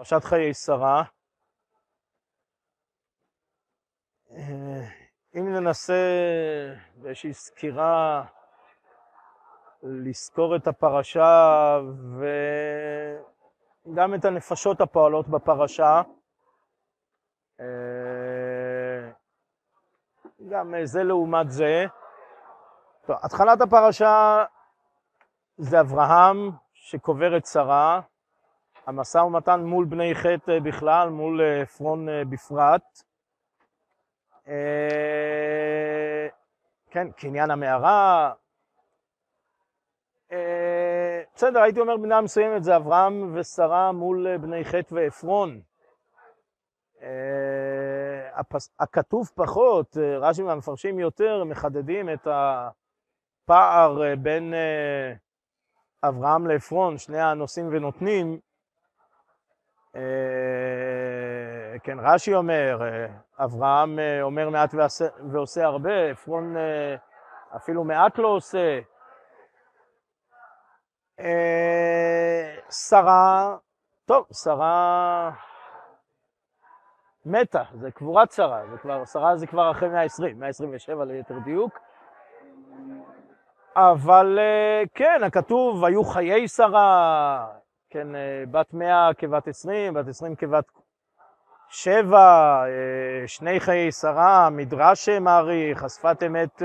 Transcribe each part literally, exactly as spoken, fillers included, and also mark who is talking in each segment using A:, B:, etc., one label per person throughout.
A: פרשת חיי שרה. אם ננסה באיזושהי סקירה לזכור את הפרשה וגם את הנפשות הפועלות בפרשה, גם זה לעומת זה. טוב, התחלת הפרשה זה אברהם שקובר את שרה, המשא ומתן מול בני חטא בכלל, מול עפרון בפרט. כן, קניין המערה. בסדר, הייתי אומר במידה מסוימת זה אברהם ושרה מול בני חטא ועפרון. הכתוב פחות, רש"י והמפרשים יותר מחדדים את הפער בין אברהם לעפרון, שני הנושאים ונותנים. כן, רש"י אומר, אברהם אומר מעט ועושה, ועושה הרבה, עפרון אפילו מעט לא עושה. שרה, טוב, שרה מתה, זה קבורת שרה, זה כבר, שרה זה כבר אחרי מאה ועשרים, מאה עשרים ושבע ליתר דיוק. אבל כן, הכתוב, היו חיי שרה, כן, בת מאה כבת עשרים, בת עשרים כבת שבע, שני חיי שרה, מדרש מעריך, השפת אמת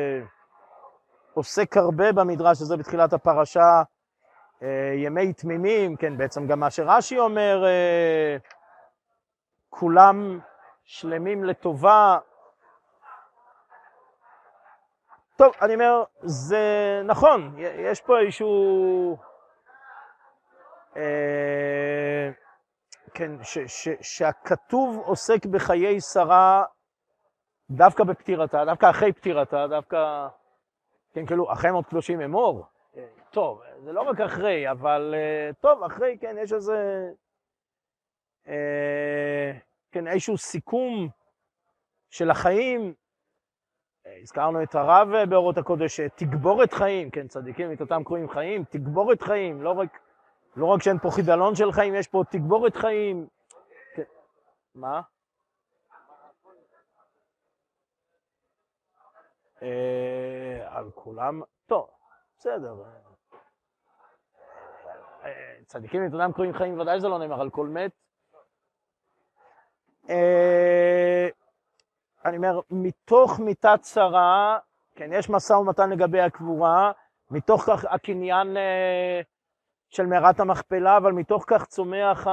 A: עוסק הרבה במדרש הזה בתחילת הפרשה, ימי תמימים, כן, בעצם גם מה שרש"י אומר, כולם שלמים לטובה. טוב, אני אומר, זה נכון, יש פה איזשהו, אה, כן, ש, ש, שהכתוב עוסק בחיי שרה דווקא בפטירתה, דווקא אחרי פטירתה, דווקא, כן, כאילו, אחרי מות קדושים אמור. טוב, זה לא רק אחרי, אבל טוב, אחרי, כן, יש איזה, אה, כן, איזשהו סיכום של החיים. הזכרנו את הרב באורות הקודש, תגבורת חיים, כן, צדיקים את אותם קרואים חיים, תגבורת חיים, לא רק, לא רק שאין פה חידלון של חיים, יש פה תגבורת חיים. כן. מה? אה, על כולם, טוב, בסדר. צדיקים את אותם קרואים חיים, ודאי זה לא נאמר על כל מת. אה, אני אומר, מתוך מיתת שרה, כן, יש משא ומתן לגבי הקבורה, מתוך כך הקניין אה, של מערת המכפלה, אבל מתוך כך צומח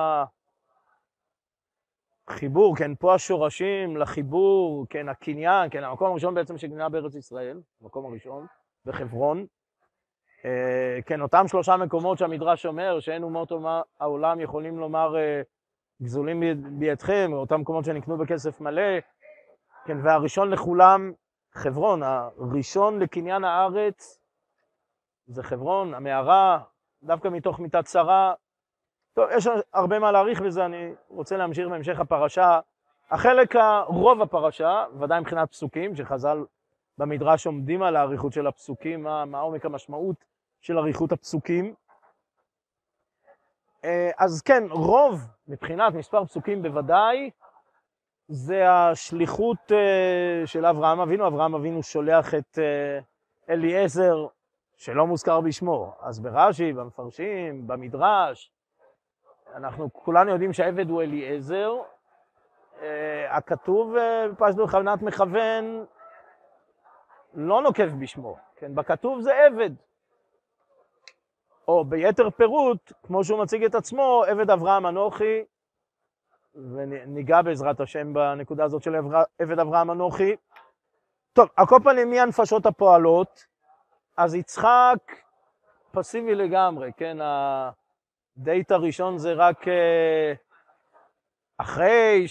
A: החיבור, כן, פה השורשים לחיבור, כן, הקניין, כן, המקום הראשון בעצם שגניה בארץ ישראל, המקום הראשון, בחברון. אה, כן, אותם שלושה מקומות שהמדרש אומר, שאין אומות העולם יכולים לומר אה, גזולים בידכם, אותם מקומות שנקנו בכסף מלא, כן, והראשון לכולם, חברון, הראשון לקניין הארץ, זה חברון, המערה, דווקא מתוך מיתת שרה. טוב, יש הרבה מה להאריך בזה, אני רוצה להמשיך בהמשך הפרשה. החלק הרוב הפרשה, ודאי מבחינת פסוקים, שחז"ל במדרש עומדים על האריכות של הפסוקים, מה, מה עומק המשמעות של אריכות הפסוקים. אז כן, רוב מבחינת מספר פסוקים בוודאי, זה השליחות של אברהם אבינו. אברהם אבינו שולח את אליעזר, שלא מוזכר בשמו. אז ברש"י, במפרשים, במדרש, אנחנו כולנו יודעים שהעבד הוא אליעזר. הכתוב פשוט בכוונת מכוון לא נוקב בשמו. כן, בכתוב זה עבד. או ביתר פירוט, כמו שהוא מציג את עצמו, עבד אברהם אנוכי, וניגע בעזרת השם בנקודה הזאת של עבד אברהם אנוכי. טוב, הכל פנים מי הנפשות הפועלות? אז יצחק פסיבי לגמרי, כן, הדייט הראשון זה רק אחרי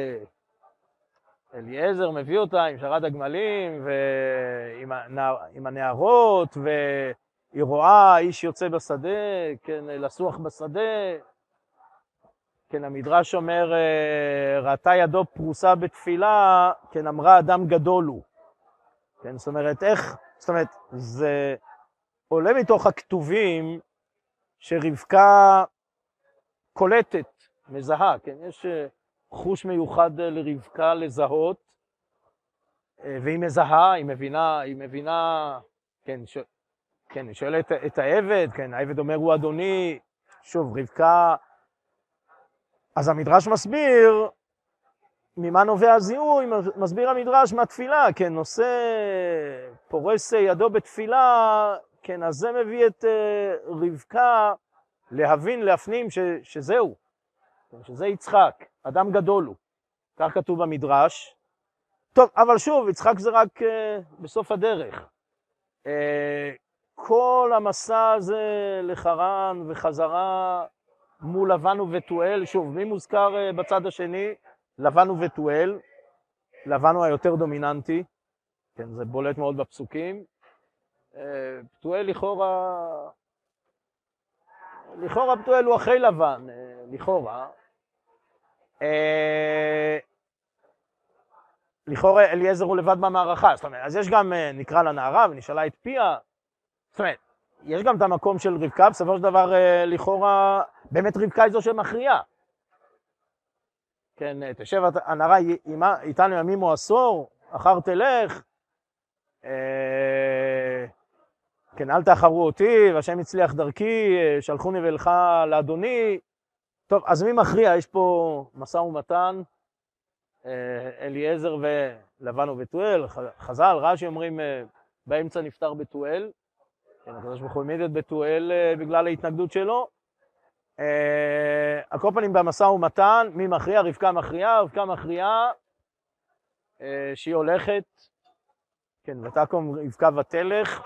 A: שאליעזר מביא אותה עם שרת הגמלים ועם הנערות, והיא רואה איש יוצא בשדה, כן, לסוח בשדה. כן, המדרש אומר, ראתה ידו פרוסה בתפילה, כן, אמרה אדם גדול הוא. כן, זאת אומרת, איך, זאת אומרת, זה עולה מתוך הכתובים שרבקה קולטת מזהה, כן? יש חוש מיוחד לרבקה לזהות, והיא מזהה, היא מבינה, היא מבינה, כן, ש... כן, היא שואלת את העבד, כן, העבד אומר הוא אדוני, שוב, רבקה, אז המדרש מסביר, ממה נובע הזיהוי, מסביר המדרש מהתפילה, כן, נושא פורס ידו בתפילה, כן, אז זה מביא את רבקה להבין, להפנים ש, שזהו, שזה יצחק, אדם גדול הוא, כך כתוב במדרש. טוב, אבל שוב, יצחק זה רק uh, בסוף הדרך. Uh, כל המסע הזה לחרן וחזרה מול לבן ובתואל, שוב, מי מוזכר uh, בצד השני? לבן ובתואל, לבן הוא היותר דומיננטי, כן, זה בולט מאוד בפסוקים. Uh, בתואל לכאורה, לכאורה בתואל הוא אחרי לבן, uh, לכאורה. Uh, לכאורה אליעזר הוא לבד במערכה, זאת אומרת, אז יש גם, נקרא לה נערה ונשאלה את פיה, זאת אומרת, יש גם את המקום של רבקה, בסופו של דבר לכאורה, באמת רבקה היא זו שמכריעה. כן, תשב הנערה איתנו ימים או עשור, אחר תלך, כן, אל תאחרו אותי, והשם הצליח דרכי, שלחוני ולך לאדוני. טוב, אז מי מכריע? יש פה משא ומתן, אליעזר ולבן ובתואל, חז"ל, רש"י אומרים, באמצע נפטר בתואל, הקדוש ברוך הוא העמיד את בתואל בגלל ההתנגדות שלו. על כל פנים במשא ומתן, מי מכריע? רבקה מכריעה, רבקה מכריעה שהיא הולכת, כן, ותקום רבקה ותלך.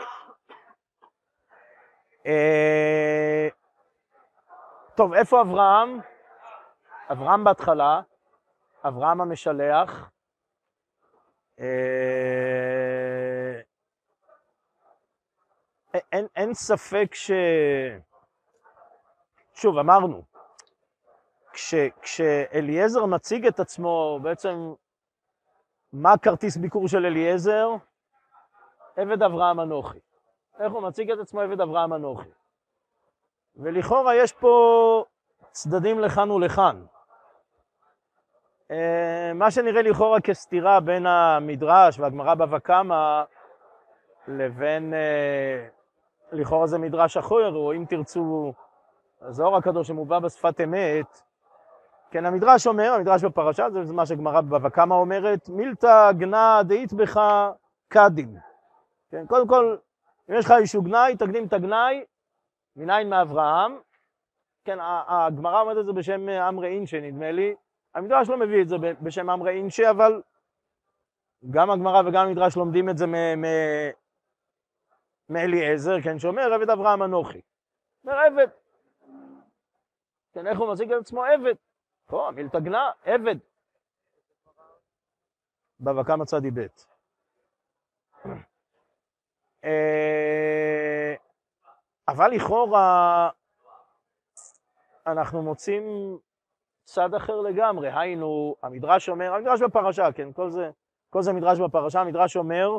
A: טוב, איפה אברהם? אברהם בהתחלה, אברהם המשלח, אין, אין ספק ש... שוב, אמרנו, כש, כשאליעזר מציג את עצמו, בעצם, מה כרטיס ביקור של אליעזר? עבד אברהם אנוכי. איך הוא מציג את עצמו? עבד אברהם אנוכי. ולכאורה יש פה צדדים לכאן ולכאן. מה שנראה לכאורה כסתירה בין המדרש והגמרא בבא קמא לבין, לכאורה זה מדרש אחר, או אם תרצו, הזוהר הקדוש שמובא בשפת אמת, כן, המדרש אומר, המדרש בפרשה, זה מה שגמרא בבא קמא אומרת, מילתא גנא דאית בך קדים. כן, קודם כל, אם יש לך איזשהו גנאי, תקדים את הגנאי, מניין מאברהם. כן, הגמרא אומרת את זה בשם אמרי אינשי, נדמה לי. המדרש לא מביא את זה בשם אמרי אינשי, אבל גם הגמרא וגם המדרש לומדים את זה מאליעזר, כן, שאומר עבד אברהם אנוכי. אומר עבד. כן, איך הוא מציג את עצמו? עבד. פה, מילתא גנא, עבד. בבא קמא צדי ב'. אבל לכאורה אנחנו מוצאים צד אחר לגמרי, היינו, המדרש אומר, המדרש בפרשה, כן, כל זה, כל זה מדרש בפרשה, המדרש אומר,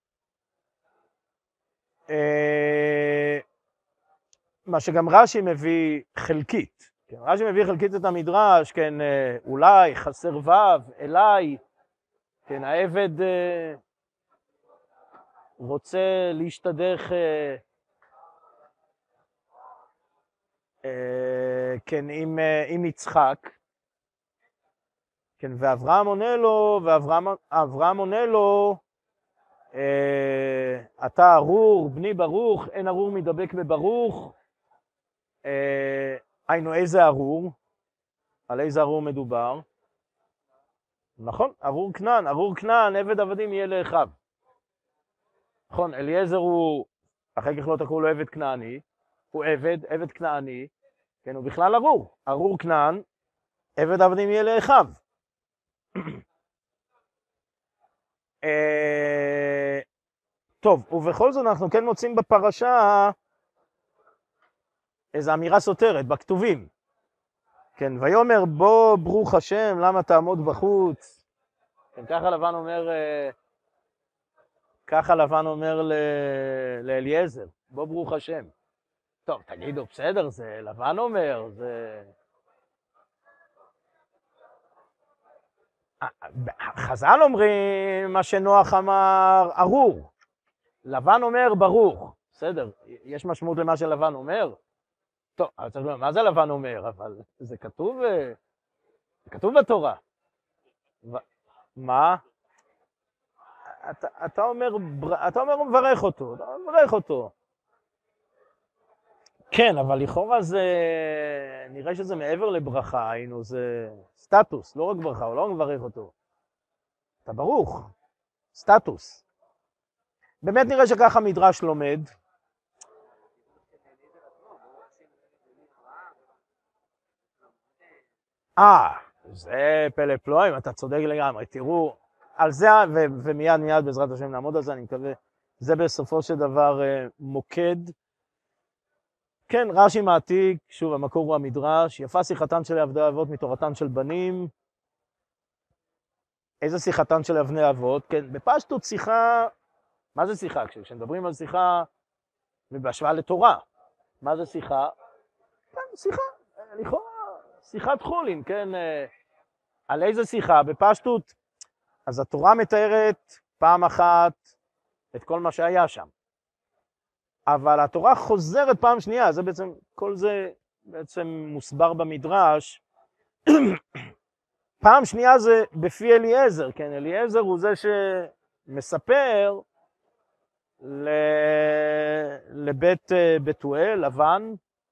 A: אה, מה שגם רש"י מביא חלקית, כן, רש"י מביא חלקית את המדרש, כן, אה, אולי, חסר וו, אליי, כן, העבד אה, רוצה להשתדך, אה, אה, כן, עם, אה, עם יצחק, כן, ואברהם עונה לו, ואברהם אברהם עונה לו, אה, אתה ארור, בני ברוך, אין ארור מדבק בברוך. אה, היינו, איזה ארור? על איזה ארור מדובר? נכון, ארור כנען, ארור כנען, עבד עבדים יהיה לאחיו. נכון, אליעזר הוא, אחרי כך לא תקראו לו עבד כנעני, הוא עבד, עבד כנעני, כן, הוא בכלל ארור, ארור כנען, עבד עבדים יהיה לאחיו. טוב, ובכל זאת אנחנו כן מוצאים בפרשה איזו אמירה סותרת, בכתובים. כן, ויאמר בוא ברוך השם, למה תעמוד בחוץ? כן, ככה לבן אומר, ככה לבן אומר לאליעזר, בוא ברוך השם. טוב, תגידו, בסדר, זה לבן אומר, זה... חז"ל אומרים מה שנוח אמר ארור, לבן אומר ברוך, בסדר, יש משמעות למה שלבן אומר? טוב, אבל צריך לומר, מה זה לבן אומר? אבל זה כתוב, זה כתוב בתורה. ו... מה? אתה, אתה אומר, אתה אומר מברך אותו, אתה מברך אותו. כן, אבל לכאורה זה, נראה שזה מעבר לברכה, היינו, זה סטטוס, לא רק ברכה, הוא לא מברך אותו. אתה ברוך, סטטוס. באמת נראה שככה מדרש לומד. אה, זה פלא פלואים, אתה צודק לגמרי, תראו, על זה, ו- ומיד מיד בעזרת השם נעמוד על זה, אני מקווה, זה בסופו של דבר מוקד. כן, רש"י מעתיק, שוב, המקור הוא המדרש, יפה שיחתן של עבדי אבות מתורתן של בנים. איזה שיחתן של אבני אבות? כן, בפשטות שיחה, מה זה שיחה? כשמדברים על שיחה, ובהשוואה לתורה, מה זה שיחה? כן, שיחה, לכאורה, שיחת חולין, כן, על איזה שיחה? בפשטות, אז התורה מתארת פעם אחת את כל מה שהיה שם. אבל התורה חוזרת פעם שנייה, זה בעצם, כל זה בעצם מוסבר במדרש. פעם שנייה זה בפי אליעזר, כן, אליעזר הוא זה שמספר לבית בתואל, לבן,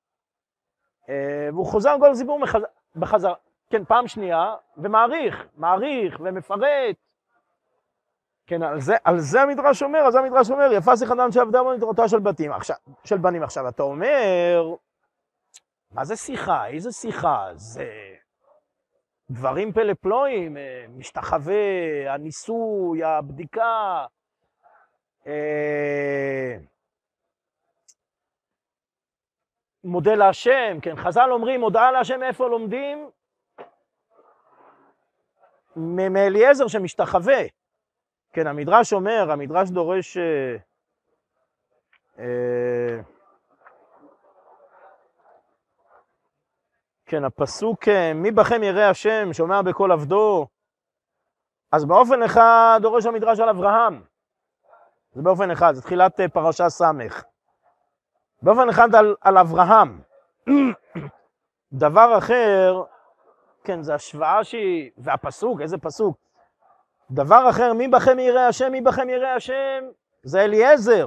A: והוא חוזר כל הסיפור בחזרה, כן, פעם שנייה, ומעריך, מעריך ומפרט. כן, על זה, על זה המדרש אומר, על זה המדרש אומר, יפה שיחתן של עבדי אבות מתורתה של בתים, עכשיו, של בנים. עכשיו, אתה אומר, מה זה שיחה? איזה שיחה? זה דברים פלא פלואים, משתחווה, הניסוי, הבדיקה, מודה להשם, כן, חז"ל אומרים, מודעה להשם איפה לומדים? מאליעזר שמשתחווה. כן, המדרש אומר, המדרש דורש, אה, אה, כן, הפסוק, מי בכם ירא השם, שומע בקול עבדו, אז באופן אחד דורש המדרש על אברהם, זה באופן אחד, זה תחילת פרשה סמך, באופן אחד על, על אברהם. דבר אחר, כן, זה השוואה שהיא, והפסוק, איזה פסוק, דבר אחר, מי בכם ירא השם, מי בכם ירא השם, זה אליעזר.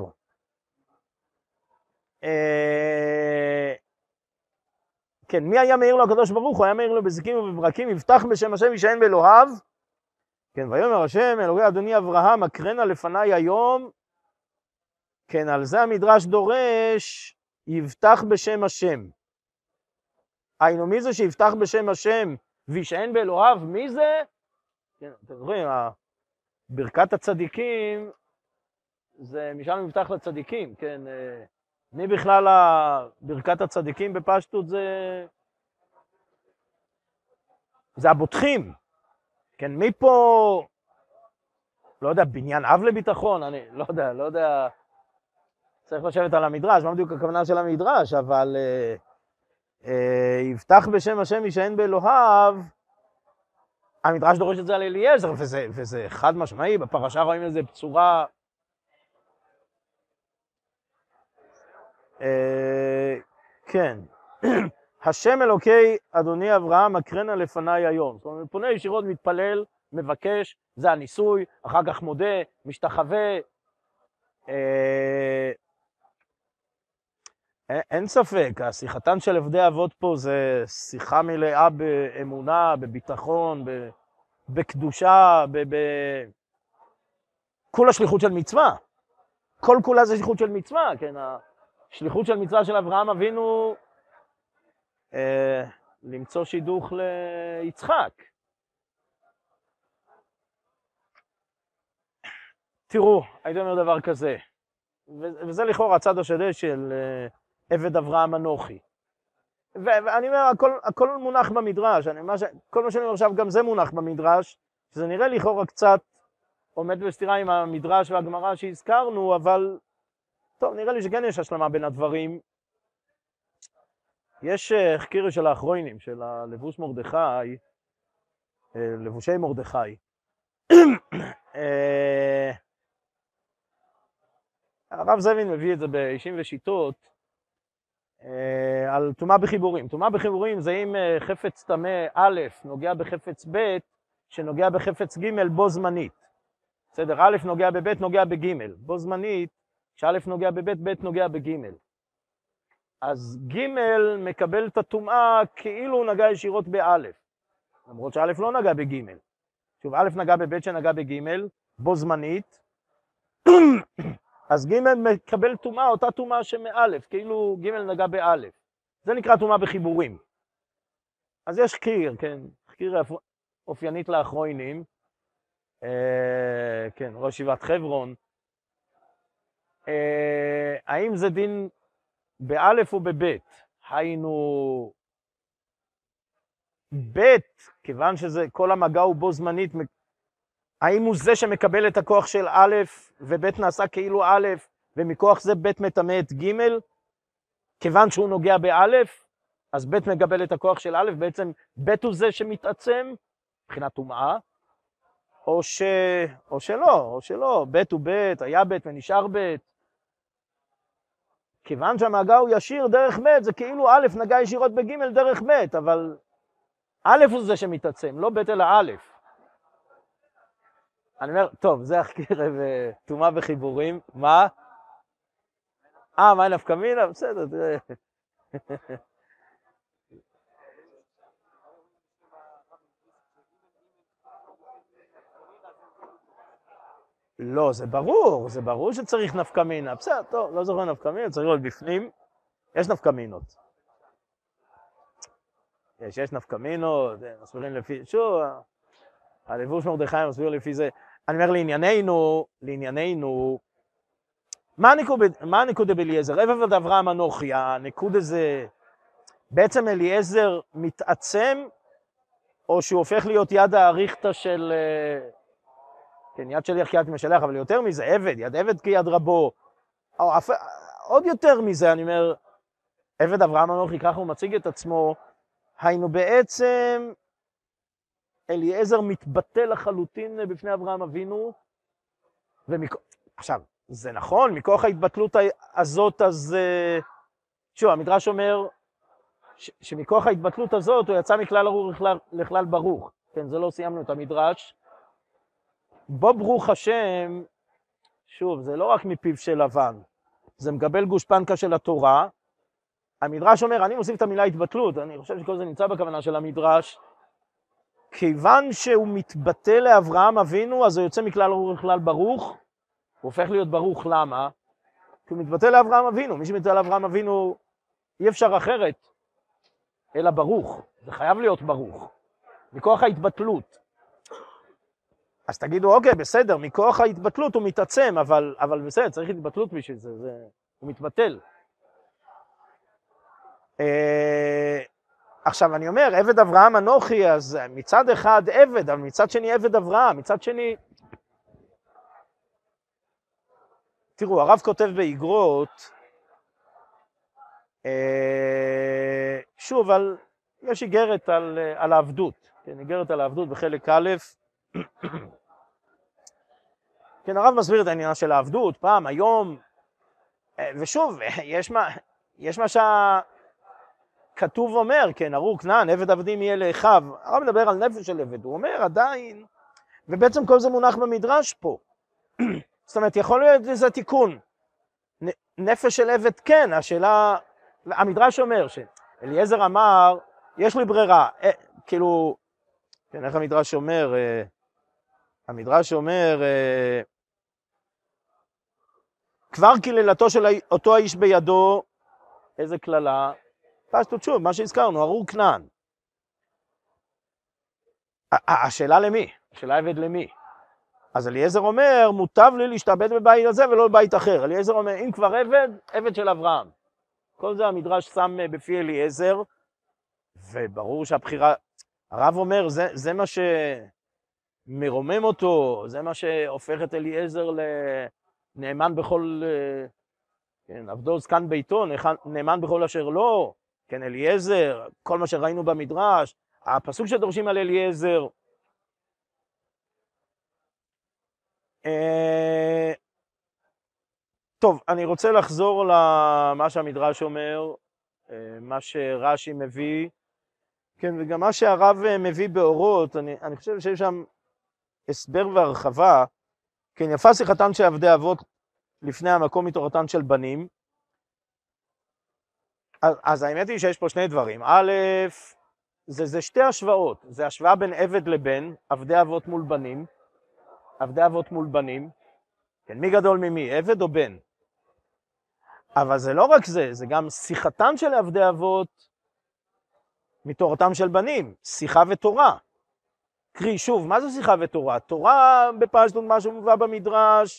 A: אה... כן, מי היה מאיר לו הקדוש ברוך הוא? היה מאיר לו בזיקים ובברקים, יבטח בשם השם ישען באלוהיו. כן, ויאמר השם, אלוהי אדוני אברהם, הקרנה לפניי היום. כן, על זה המדרש דורש, יבטח בשם השם. היינו, מי זה שיבטח בשם השם וישען באלוהיו? מי זה? כן, אתם רואים, ברכת הצדיקים, זה משם מבטח לצדיקים, כן, מי בכלל ברכת הצדיקים בפשטות זה, זה הבוטחים, כן, מי פה, לא יודע, בניין אב לביטחון, אני לא יודע, לא יודע, צריך לשבת על המדרש, מה בדיוק הכוונה של המדרש, אבל אה, אה, יבטח בשם השם ישען באלוהיו, המדרש דורש את זה על אליעזר, וזה, וזה חד משמעי, בפרשה רואים איזה בצורה, אה, כן, השם אלוקי אדוני אברהם הקרנה לפניי היום, זאת אומרת, פונה ישירות, מתפלל, מבקש, זה הניסוי, אחר כך מודה, משתחווה, אה, אין ספק, השיחתן של עבדי אבות פה זה שיחה מלאה באמונה, בביטחון, בקדושה, כל השליחות של מצווה. כל כולה זה שליחות של מצווה, כן? השליחות של מצווה של אברהם אבינו אה, למצוא שידוך ליצחק. תראו, הייתי אומר דבר כזה, וזה לכאורה הצד השני של עבד אברהם אנוכי. ואני אומר, הכל, הכל מונח במדרש, אני אומר, כל מה שאני אומר עכשיו גם זה מונח במדרש, שזה נראה לכאורה קצת עומד בסתירה עם המדרש והגמרא שהזכרנו, אבל טוב, נראה לי שכן יש השלמה בין הדברים. יש חקירה של האחרונים, של הלבוש מרדכי, לבושי מרדכי. הרב זבין מביא את זה באישים ושיטות, על טומאה בחיבורים. טומאה בחיבורים זה אם חפץ טמא א' נוגע בחפץ ב' שנוגע בחפץ ג' בו זמנית. בסדר, א' נוגע בב' נוגע בג' בו זמנית, כשא' נוגע בב' ב' נוגע בג'. אז ג' מקבל את הטומאה כאילו הוא נגע ישירות באלף, למרות שא' לא נגע בג'. שוב, א' נגע בב' שנגע בג' בו זמנית, אז ג' מקבל טומאה, אותה טומאה שמאלף, כאילו ג' נגע באלף. זה נקרא טומאה בחיבורים. אז יש חקיר, כן, חקיר אופיינית לאחרונים, אה, כן, ראש ישיבת חברון. אה, האם זה דין באלף או בבית? היינו בית, כיוון שזה כל המגע הוא בו זמנית, האם הוא זה שמקבל את הכוח של א' ובית נעשה כאילו א', ומכוח זה בית מטמא את ג', כיוון שהוא נוגע באלף, אז בית מקבל את הכוח של א', בעצם בית הוא זה שמתעצם, מבחינת טומאה, או, ש... או שלא, או שלא, בית הוא בית, היה בית ונשאר בית. כיוון שהמגע הוא ישיר דרך בית, זה כאילו א' נגע ישירות בג' דרך בית, אבל א' הוא זה שמתעצם, לא בית אלא א'. אני אומר, טוב, זה החקיר וטומאה בחיבורים. מה? אה, מה נפקא מינה? בסדר, תראה. לא, זה ברור, זה ברור שצריך נפקא מינה. בסדר, טוב, לא זוכר נפקא מינה, צריך להיות בפנים. יש נפקא מינות. יש, יש נפקא מינות, מסבירים לפי... שוב, הלבוש מרדכי מסביר לפי זה. אני אומר לענייננו, לענייננו, מה הנקודה, מה הנקודה באליעזר? עבד אברהם אנוכי, הנקודה זה, בעצם אליעזר מתעצם, או שהוא הופך להיות יד האריכתא של, כן, יד שליח כיד משלח, אבל יותר מזה, עבד, יד עבד כיד רבו, או, עוד יותר מזה, אני אומר, עבד אברהם אנוכי, ככה הוא מציג את עצמו, היינו בעצם, אליעזר מתבטא לחלוטין בפני אברהם אבינו, ומכ... עכשיו, זה נכון, מכוח ההתבטלות הזאת, אז שוב, המדרש אומר ש... שמכוח ההתבטלות הזאת הוא יצא מכלל ארור לכלל, לכלל ברוך. כן, זה לא סיימנו את המדרש. בו ברוך השם, שוב, זה לא רק מפיו של לבן, זה מקבל גושפנקה של התורה. המדרש אומר, אני מוסיף את המילה התבטלות, אני חושב שכל זה נמצא בכוונה של המדרש, כיוון שהוא מתבטא לאברהם אבינו, אז הוא יוצא מכלל ארור לכלל ברוך, הוא הופך להיות ברוך. למה? כי הוא מתבטא לאברהם אבינו, מי שמתבטא לאברהם אבינו אי אפשר אחרת, אלא ברוך, זה חייב להיות ברוך, מכוח ההתבטלות. אז תגידו, אוקיי, בסדר, מכוח ההתבטלות הוא מתעצם, אבל, אבל בסדר, צריך התבטלות בשביל זה, זה הוא מתבטל. אה... עכשיו אני אומר, עבד אברהם אנוכי, אז מצד אחד עבד, אבל מצד שני עבד אברהם, מצד שני... תראו, הרב כותב באגרות, אה, שוב, על, יש איגרת על, על העבדות, כן, איגרת על העבדות בחלק א', כן, הרב מסביר את העניין של העבדות, פעם, היום, ושוב, יש מה, יש מה שה... כתוב אומר, כן, ארור כנען, עבד עבדים יהיה לאחיו. הרב מדבר על נפש של עבד, הוא אומר עדיין, ובעצם כל זה מונח במדרש פה. זאת אומרת, יכול להיות איזה תיקון. נפש של עבד כן, השאלה, המדרש אומר שאליעזר אמר, יש לי ברירה, אה, כאילו, כן, איך המדרש אומר, אה, המדרש אומר, אה, כבר קללתו של אותו האיש בידו, איזה כללה, פשטות שוב, מה שהזכרנו, ארור כנען. השאלה למי? השאלה עבד למי? אז אליעזר אומר, מוטב לי להשתעבד בבית הזה ולא בבית אחר. אליעזר אומר, אם כבר עבד, עבד של אברהם. כל זה המדרש שם בפי אליעזר, וברור שהבחירה, הרב אומר, זה, זה מה שמרומם אותו, זה מה שהופך את אליעזר לנאמן בכל, כן, עבדו זקן ביתו, נאמן בכל אשר לא, כן, אליעזר, כל מה שראינו במדרש, הפסוק שדורשים על אליעזר, אה, טוב, אני רוצה לחזור למה שהמדרש אומר, אה, מה שרש"י מביא, כן, וגם מה שהרב מביא באורות, אני, אני חושב שיש שם הסבר והרחבה, כן, יפה שיחתן של עבדי אבות לפני המקום מתורתן של בנים. אז, אז האמת היא שיש פה שני דברים. א', זה, זה שתי השוואות, זה השוואה בין עבד לבן, עבדי אבות מול בנים, עבדי אבות מול בנים, כן, מי גדול ממי, עבד או בן? אבל זה לא רק זה, זה גם שיחתן של עבדי אבות מתורתם של בנים, שיחה ותורה. קרי, שוב, מה זה שיחה ותורה? תורה בפשטות משהו מובא במדרש.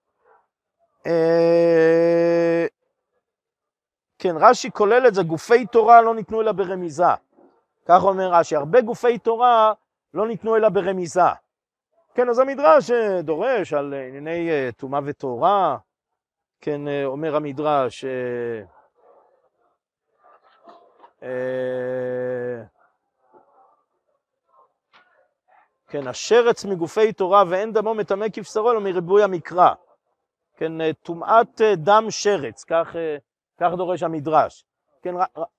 A: אה... כן, רש"י כולל את זה, גופי תורה לא ניתנו אלא ברמיזה. כך אומר רש"י, הרבה גופי תורה לא ניתנו אלא ברמיזה. כן, אז המדרש דורש על ענייני טומאה ותורה, כן, אומר המדרש, כן, השרץ מגופי תורה ואין דמו מטמא כבשרו אלא מריבוי המקרא. כן, טומאת דם שרץ, כך, כך דורש המדרש. כן, ר... ר...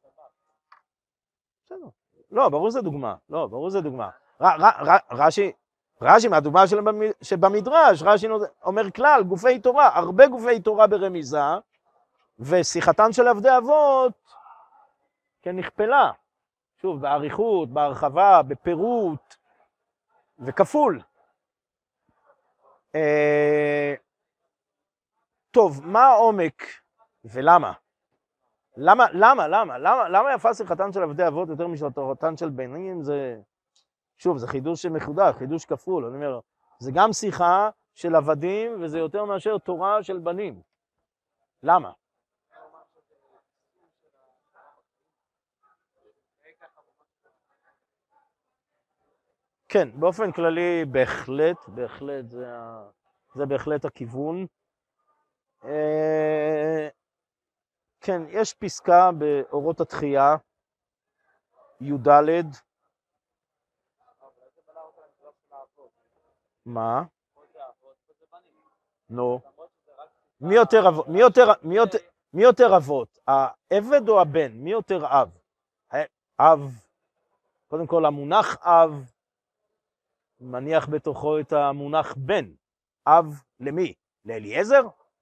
A: לא, ברור זה דוגמה, לא, ברור זה דוגמה. ר... ר... ר... רש"י, רש"י מהדוגמה שבמדרש, רש"י אומר כלל, גופי תורה, הרבה גופי תורה ברמיזה, ושיחתן של עבדי אבות, כן, נכפלה. שוב, בעריכות, בהרחבה, בפירוט, וכפול. אה... טוב, מה העומק ולמה? למה, למה, למה, למה, למה יפה שיחתן של עבדי אבות יותר משתורתן של בנים? זה, שוב, זה חידוש שמחודש, חידוש כפול. אני אומר, זה גם שיחה של עבדים, וזה יותר מאשר תורה של בנים. למה? כן, באופן כללי, בהחלט, בהחלט, זה, זה בהחלט הכיוון. כן, יש פסקה באורות התחייה, י"ד. מה? נו. מי יותר אבות? מי יותר, מי יותר, מי יותר אבות? העבד או הבן? מי יותר אב? אב, קודם כל המונח אב, מניח בתוכו את המונח בן. אב למי? לאליעזר?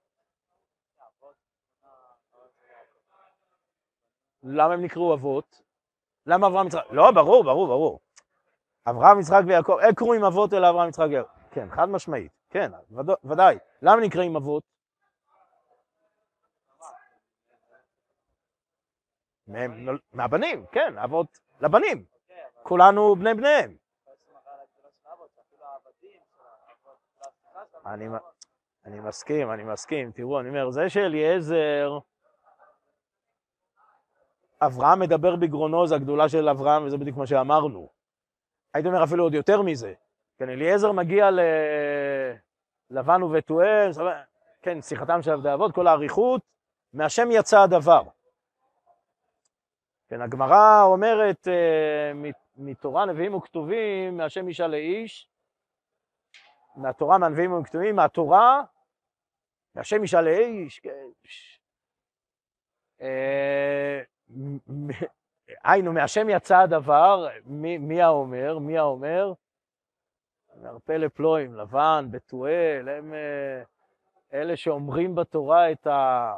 A: למה הם נקראו אבות? למה אברהם יצחק? לא, ברור, ברור, ברור. אברהם, יצחק ויעקב, איך קוראים אבות אלא אברהם, יצחק ויעקב? כן, חד משמעית. כן, ודאי. למה נקראים אבות? מהבנים, כן, אבות לבנים. כולנו בני בניהם. אני, אני מסכים, אני מסכים. תראו, אני אומר, זה שאליעזר, אברהם מדבר בגרונו, זה הגדולה של אברהם, וזה בדיוק מה שאמרנו. הייתי אומר אפילו עוד יותר מזה. כן, אליעזר מגיע ל... לבן ובתואל, כן, שיחתם של עבדי אבות, כל האריכות, מהשם יצא הדבר. כן, הגמרא אומרת, מתורה נביאים וכתובים, מהשם אישה לאיש, מהתורה מהנביאים וכתובים, מהתורה, מהשם אישה לאיש, כן. היינו, מהשם יצא הדבר, מי, מי האומר? מי האומר? פלא פלואים, לבן, בתואל, הם אלה שאומרים בתורה את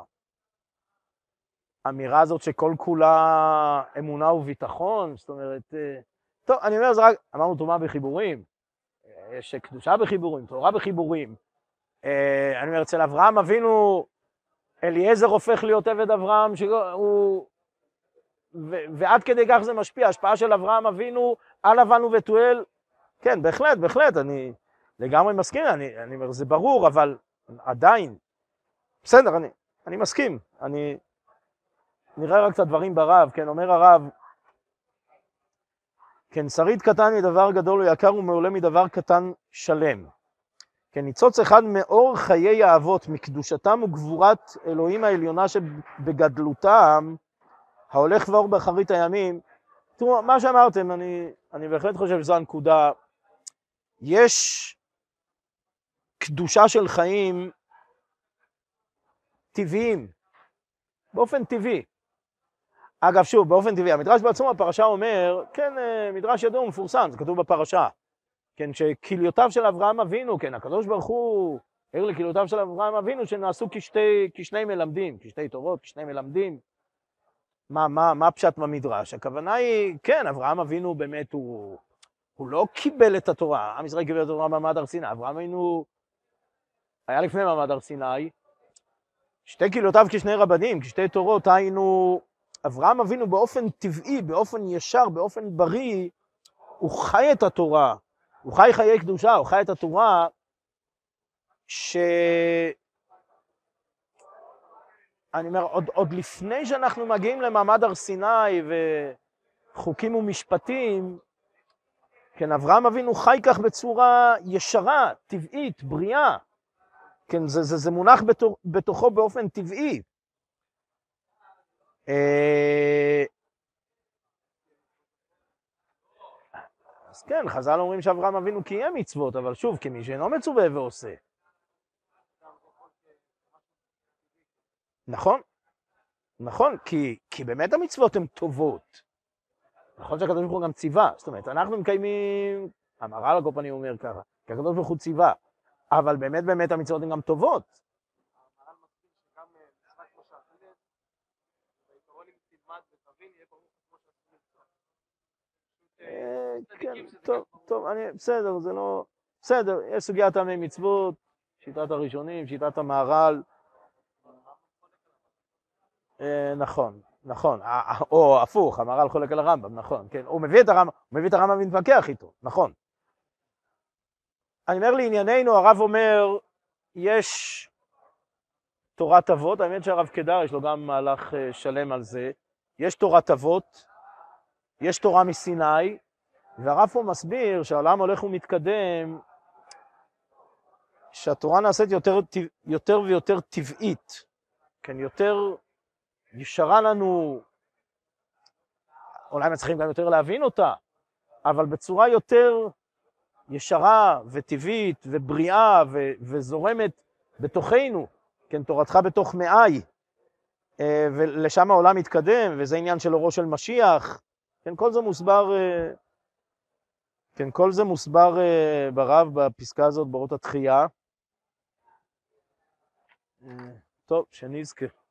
A: האמירה הזאת שכל כולה אמונה וביטחון, זאת אומרת, טוב, אני אומר, זה רק, אמרנו תורה בחיבורים, יש קדושה בחיבורים, תורה בחיבורים, אני אומר, אצל אברהם אבינו, אליעזר הופך להיות עבד אברהם, שהוא, ו- ועד כדי כך זה משפיע, השפעה של אברהם אבינו על לבן ובתואל, כן, בהחלט, בהחלט, אני לגמרי מסכים, אני, אני אומר, זה ברור, אבל עדיין, בסדר, אני, אני מסכים, אני נראה רק את הדברים ברב, כן, אומר הרב, כן, שריד קטן מדבר גדול ויקר ומעולה מדבר קטן שלם. כן, ניצוץ אחד מאור חיי האבות, מקדושתם וגבורת אלוהים העליונה שבגדלותם, ההולך ואור באחרית הימים. תראו, מה שאמרתם, אני, אני בהחלט חושב שזו הנקודה. יש קדושה של חיים טבעיים, באופן טבעי. אגב, שוב, באופן טבעי, המדרש בעצמו בפרשה אומר, כן, מדרש ידוע ומפורסם, זה כתוב בפרשה, כן, שכליותיו של אברהם אבינו, כן, הקדוש ברוך הוא ער לכליותיו של אברהם אבינו, שנעשו כשתי, כשני מלמדים, כשתי תורות, כשני מלמדים. מה, מה, מה פשט במדרש? הכוונה היא, כן, אברהם אבינו באמת הוא, הוא לא קיבל את התורה, עם ישראל קיבל את התורה במעמד הר סיני, אברהם אבינו היה לפני מעמד הר סיני, שתי קהילותיו כשני רבנים, כשתי תורות, היינו, אברהם אבינו באופן טבעי, באופן ישר, באופן בריא, הוא חי את התורה, הוא חי חיי קדושה, הוא חי את התורה, ש... אני אומר, עוד, עוד לפני שאנחנו מגיעים למעמד הר סיני וחוקים ומשפטים, כן, אברהם אבינו חי כך בצורה ישרה, טבעית, בריאה, כן, זה, זה, זה מונח בתוך, בתוכו באופן טבעי. אז כן, חז"ל אומרים שאברהם אבינו קיים מצוות, אבל שוב, כמי שאינו מצווה ועושה. נכון, נכון, כי, כי באמת המצוות הן טובות. נכון שהקדוש ברוך הוא גם ציווה, זאת אומרת, אנחנו מקיימים, המהר"ל על כל פנים אומר ככה, כי הקדוש ברוך הוא ציווה, אבל באמת באמת המצוות הן גם טובות.
B: המהר"ל מסביר שגם מצווה כמו שאכלת, בעיקרון אם תלמד ותבין, יהיה ברור כמו שאכלת.
A: כן, טוב, טוב, אני, בסדר, זה לא, בסדר, יש סוגיית טעמי מצוות, שיטת הראשונים, שיטת המהר"ל, נכון, נכון, או הפוך, המהר"ל חולק על הרמב"ם, נכון, כן, הוא מביא את הרמב"ם, הוא מביא את הרמב"ם ומתווכח איתו, נכון. אני אומר לענייננו, הרב אומר, יש תורת אבות, האמת שהרב קדר יש לו גם מהלך שלם על זה, יש תורת אבות, יש תורה מסיני, והרב פה מסביר שהעולם הולך ומתקדם, שהתורה נעשית יותר, יותר ויותר טבעית, כן, יותר ישרה לנו, אולי מצליחים גם יותר להבין אותה, אבל בצורה יותר ישרה וטבעית ובריאה ו- וזורמת בתוכנו, כן, תורתך בתוך מאי, ולשם העולם מתקדם, וזה עניין של אורו של משיח, כן, כל זה מוסבר, כן, כל זה מוסבר ברב בפסקה הזאת, באורות התחייה. טוב, שנזכה.